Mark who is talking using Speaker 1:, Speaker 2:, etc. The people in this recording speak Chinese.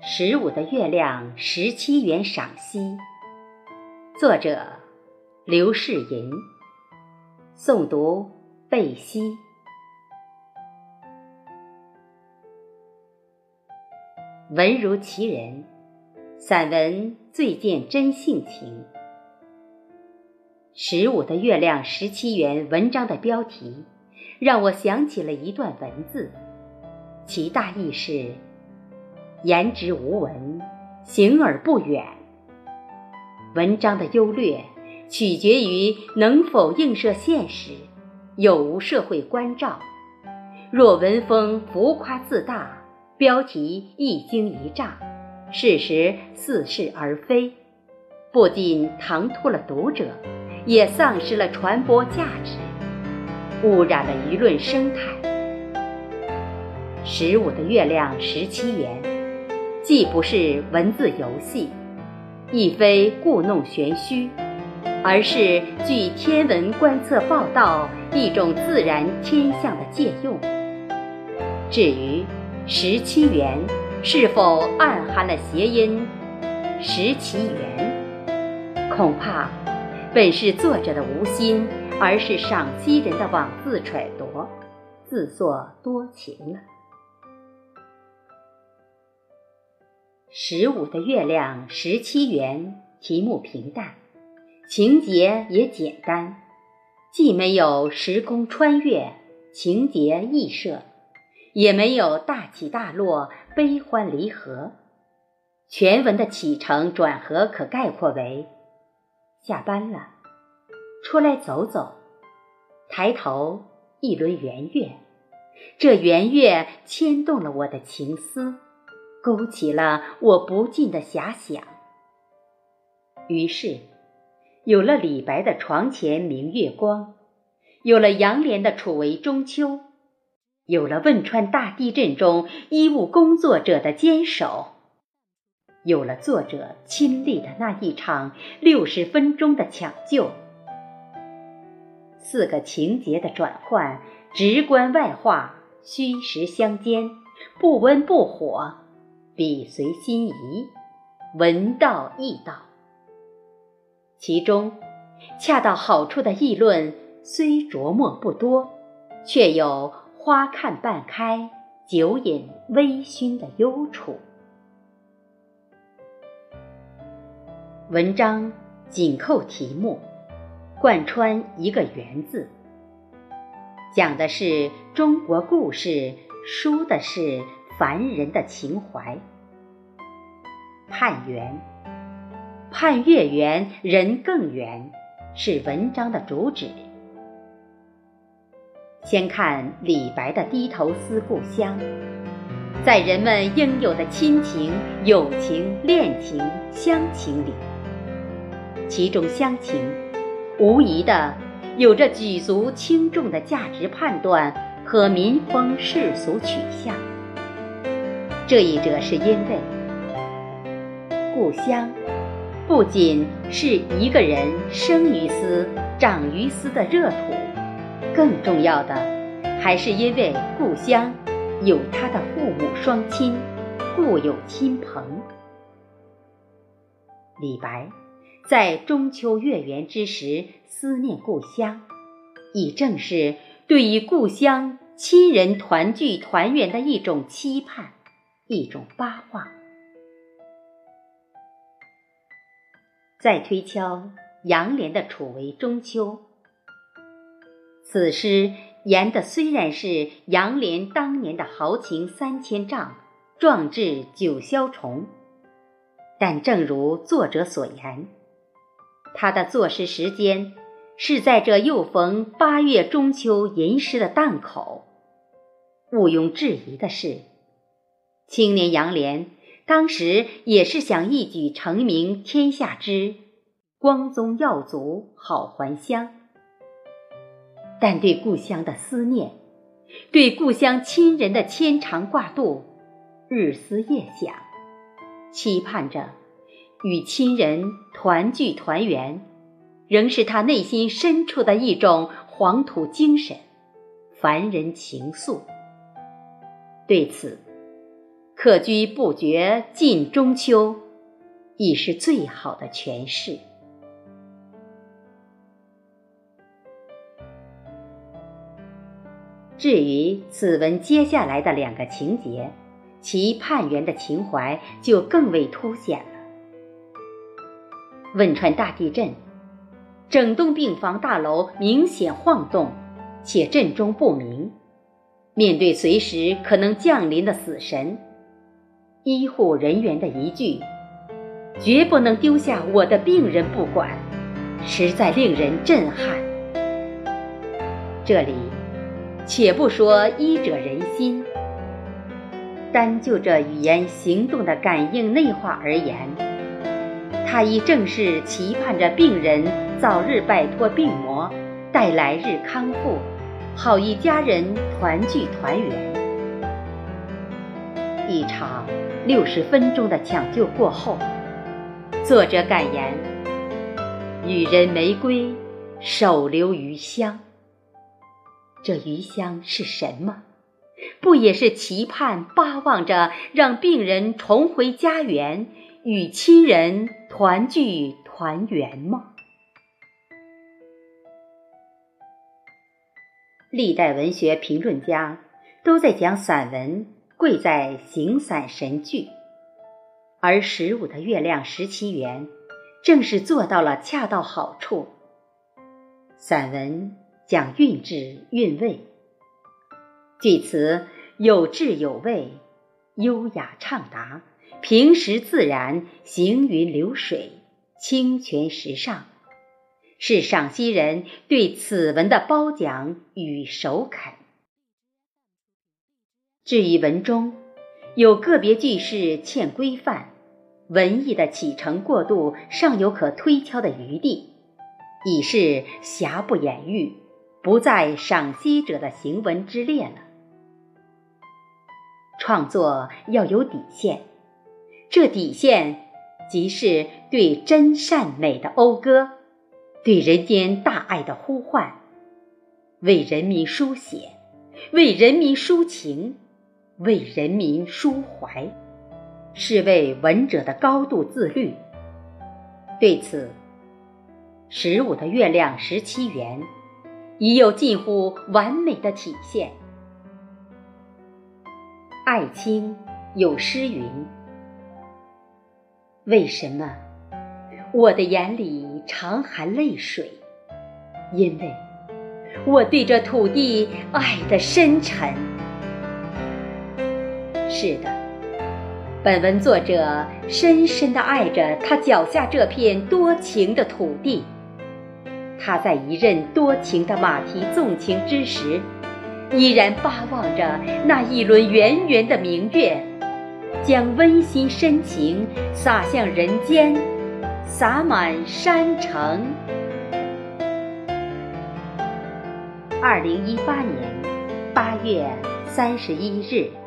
Speaker 1: 15的月亮17元赏析，作者刘世银，诵读贝西。文如其人，散文最见真性情。15的月亮17元文章的标题让我想起了一段文字，其大意是：言之无文，行而不远。文章的优劣取决于能否映射现实，有无社会关照。若文风浮夸自大，标题一惊一乍，事实似是而非，不仅唐突了读者，也丧失了传播价值，污染了舆论生态。15的月亮17元既不是文字游戏，亦非故弄玄虚，而是据天文观测报道一种自然天象的借用。至于17元是否暗含了谐音拾其源，恐怕本是作者的无心，而是赏析人的妄自揣度，自作多情了。15的月亮17元题目平淡，情节也简单，既没有时空穿越、情节异设，也没有大起大落、悲欢离合。全文的起承转合可概括为：下班了，出来走走，抬头一轮圆月，这圆月牵动了我的情思，勾起了我不尽的遐想。于是有了李白的床前明月光，有了杨涟的楚为中秋，有了汶川大地震中医务工作者的坚守，有了作者亲历的那一场60分钟的抢救。4个情节的转换，直观外化，虚实相间，不温不火，笔随心移，文道意道。其中恰到好处的议论虽着墨不多，却有花看半开，酒饮微醺的忧处。文章紧扣题目，贯穿一个缘字，讲的是中国故事，书的是凡人的情怀。盼圆，盼月圆人更圆，是文章的主旨。先看李白的低头思故乡，在人们应有的亲情、友情、恋情、乡情里，其中乡情无疑的有着举足轻重的价值判断和民风世俗取向。这一者是因为故乡不仅是一个人生于斯、长于斯的热土，更重要的还是因为故乡有他的父母双亲，故有亲朋。李白在中秋月圆之时思念故乡，亦正是对于故乡亲人团聚团圆的一种期盼，一种巴望。再推敲杨涟的楚为中秋，此诗言的虽然是杨涟当年的豪情3000丈，壮志9霄虫，但正如作者所言，他的作诗时间是在这又逢8月中秋吟诗的档口。毋庸置疑的是，青年杨涟当时也是想一举成名天下知，光宗耀祖，好还乡。但对故乡的思念，对故乡亲人的牵肠挂肚，日思夜想，期盼着与亲人团聚团圆，仍是他内心深处的一种黄土精神，凡人情愫。对此， 客居不绝尽中秋，已是最好的诠释。至于此文接下来的2个情节，其盼缘的情怀就更为凸显了。汶川大地震，整栋病房大楼明显晃动，且震中不明。面对随时可能降临的死神，医护人员的一句“绝不能丢下我的病人不管”，实在令人震撼。这里且不说医者仁心，单就这语言行动的感应内化而言，他亦正是期盼着病人早日摆脱病魔，待来日康复，好与家人团聚团圆。一场60分钟的抢救过后，作者感言：予人玫瑰，手留余香。这余香是什么？不也是期盼巴望着让病人重回家园，与亲人团聚团圆吗？历代文学评论家都在讲散文贵在形散神聚，而15的月亮17圆正是做到了恰到好处。散文讲韵致韵味，句词有质有味，优雅畅达，平实自然，行云流水，清泉时尚，是赏析人对此文的褒奖与首肯。至于文中有个别句式欠规范，文艺的起承过渡尚有可推敲的余地，已是瑕不掩瑜，不在赏析者的行文之列了。创作要有底线，这底线即是对真善美的讴歌，对人间大爱的呼唤，为人民书写，为人民抒情，为人民抒怀，是为文者的高度自律。对此，15的月亮17圆已有近乎完美的体现。艾青有诗云：为什么我的眼里常含泪水？因为我对这土地爱得深沉。是的，本文作者深深地爱着他脚下这片多情的土地。他在一任多情的马蹄纵情之时，依然巴望着那一轮圆圆的明月，将温馨深情洒向人间，洒满山城。2018年8月31日。